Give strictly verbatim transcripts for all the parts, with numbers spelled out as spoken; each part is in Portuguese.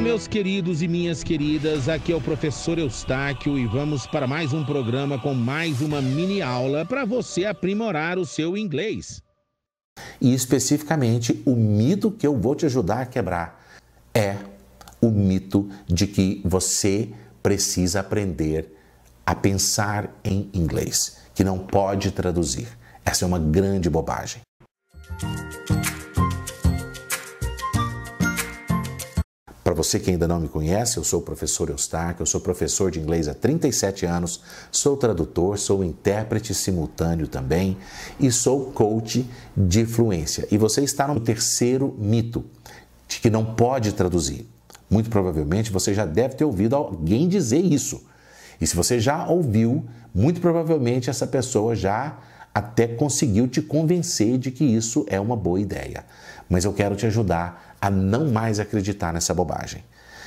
meus queridos e minhas queridas, aqui é o professor Eustáquio e vamos para mais um programa com mais uma mini aula para você aprimorar o seu inglês. E especificamente o mito que eu vou te ajudar a quebrar é o mito de que você precisa aprender a pensar em inglês, que não pode traduzir. Essa é uma grande bobagem. Para você que ainda não me conhece, eu sou o professor Eustáquio, eu sou professor de inglês há trinta e sete anos, sou tradutor, sou intérprete simultâneo também e sou coach de fluência. E você está no terceiro mito, de que não pode traduzir. Muito provavelmente você já deve ter ouvido alguém dizer isso. E se você já ouviu, muito provavelmente essa pessoa já até conseguiu te convencer de que isso é uma boa ideia. Mas eu quero te ajudar a não mais acreditar nessa bobagem.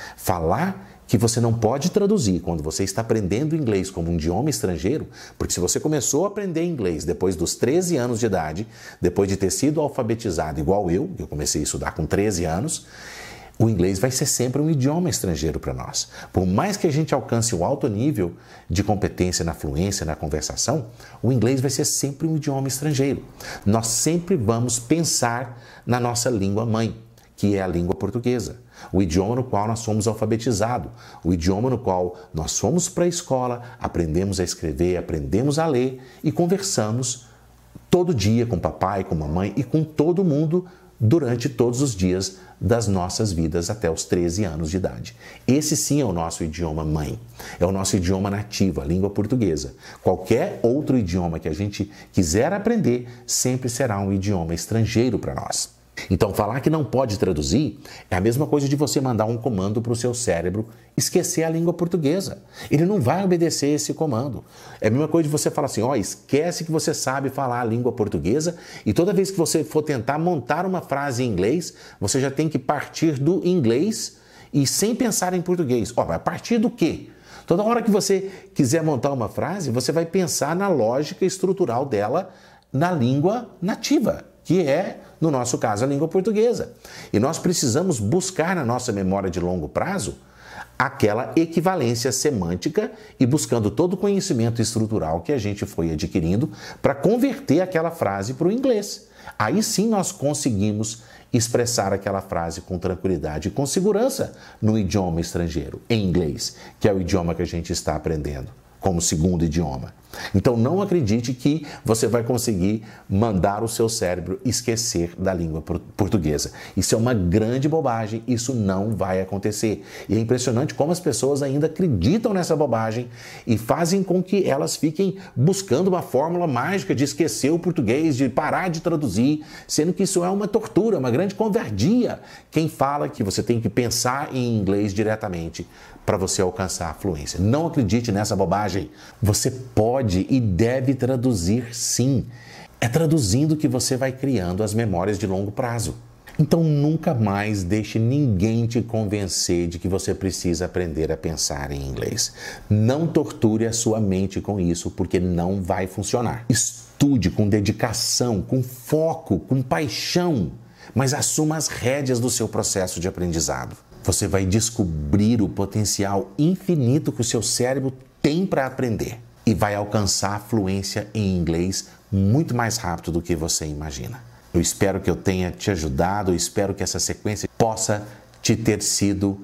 Falar que você não pode traduzir quando você está aprendendo inglês como um idioma estrangeiro, porque se você começou a aprender inglês depois dos treze anos de idade, depois de ter sido alfabetizado igual eu, que eu comecei a estudar com treze anos, o inglês vai ser sempre um idioma estrangeiro para nós. Por mais que a gente alcance um alto nível de competência na fluência, na conversação, o inglês vai ser sempre um idioma estrangeiro. Nós sempre vamos pensar na nossa língua mãe, que é a língua portuguesa, o idioma no qual nós fomos alfabetizados, o idioma no qual nós fomos para a escola, aprendemos a escrever, aprendemos a ler e conversamos todo dia com o papai, com a mamãe e com todo mundo durante todos os dias das nossas vidas até os treze anos de idade. Esse sim é o nosso idioma mãe, é o nosso idioma nativo, a língua portuguesa. Qualquer outro idioma que a gente quiser aprender sempre será um idioma estrangeiro para nós. Então, falar que não pode traduzir é a mesma coisa de você mandar um comando para o seu cérebro esquecer a língua portuguesa. Ele não vai obedecer esse comando. É a mesma coisa de você falar assim, ó, oh, esquece que você sabe falar a língua portuguesa e toda vez que você for tentar montar uma frase em inglês, você já tem que partir do inglês e sem pensar em português. Ó, oh, vai partir do quê? Toda hora que você quiser montar uma frase, você vai pensar na lógica estrutural dela na língua nativa, que é, no nosso caso, a língua portuguesa. E nós precisamos buscar na nossa memória de longo prazo aquela equivalência semântica e buscando todo o conhecimento estrutural que a gente foi adquirindo para converter aquela frase para o inglês. Aí sim nós conseguimos expressar aquela frase com tranquilidade e com segurança no idioma estrangeiro, em inglês, que é o idioma que a gente está aprendendo como segundo idioma. Então não acredite que você vai conseguir mandar o seu cérebro esquecer da língua portuguesa. Isso é uma grande bobagem, isso não vai acontecer. E é impressionante como as pessoas ainda acreditam nessa bobagem e fazem com que elas fiquem buscando uma fórmula mágica de esquecer o português, de parar de traduzir, sendo que isso é uma tortura, uma grande covardia. Quem fala que você tem que pensar em inglês diretamente para você alcançar a fluência. Não acredite nessa bobagem. Você pode e deve traduzir sim. É traduzindo que você vai criando as memórias de longo prazo. Então nunca mais deixe ninguém te convencer de que você precisa aprender a pensar em inglês. Não torture a sua mente com isso, porque não vai funcionar. Estude com dedicação, com foco, com paixão, mas assuma as rédeas do seu processo de aprendizado. Você vai descobrir o potencial infinito que o seu cérebro tem para aprender e vai alcançar a fluência em inglês muito mais rápido do que você imagina. Eu espero que eu tenha te ajudado, eu espero que essa sequência possa te ter sido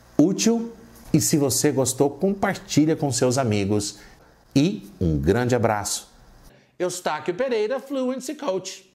útil e se você gostou, compartilha com seus amigos e um grande abraço. Eustáquio Pereira, Fluency Coach.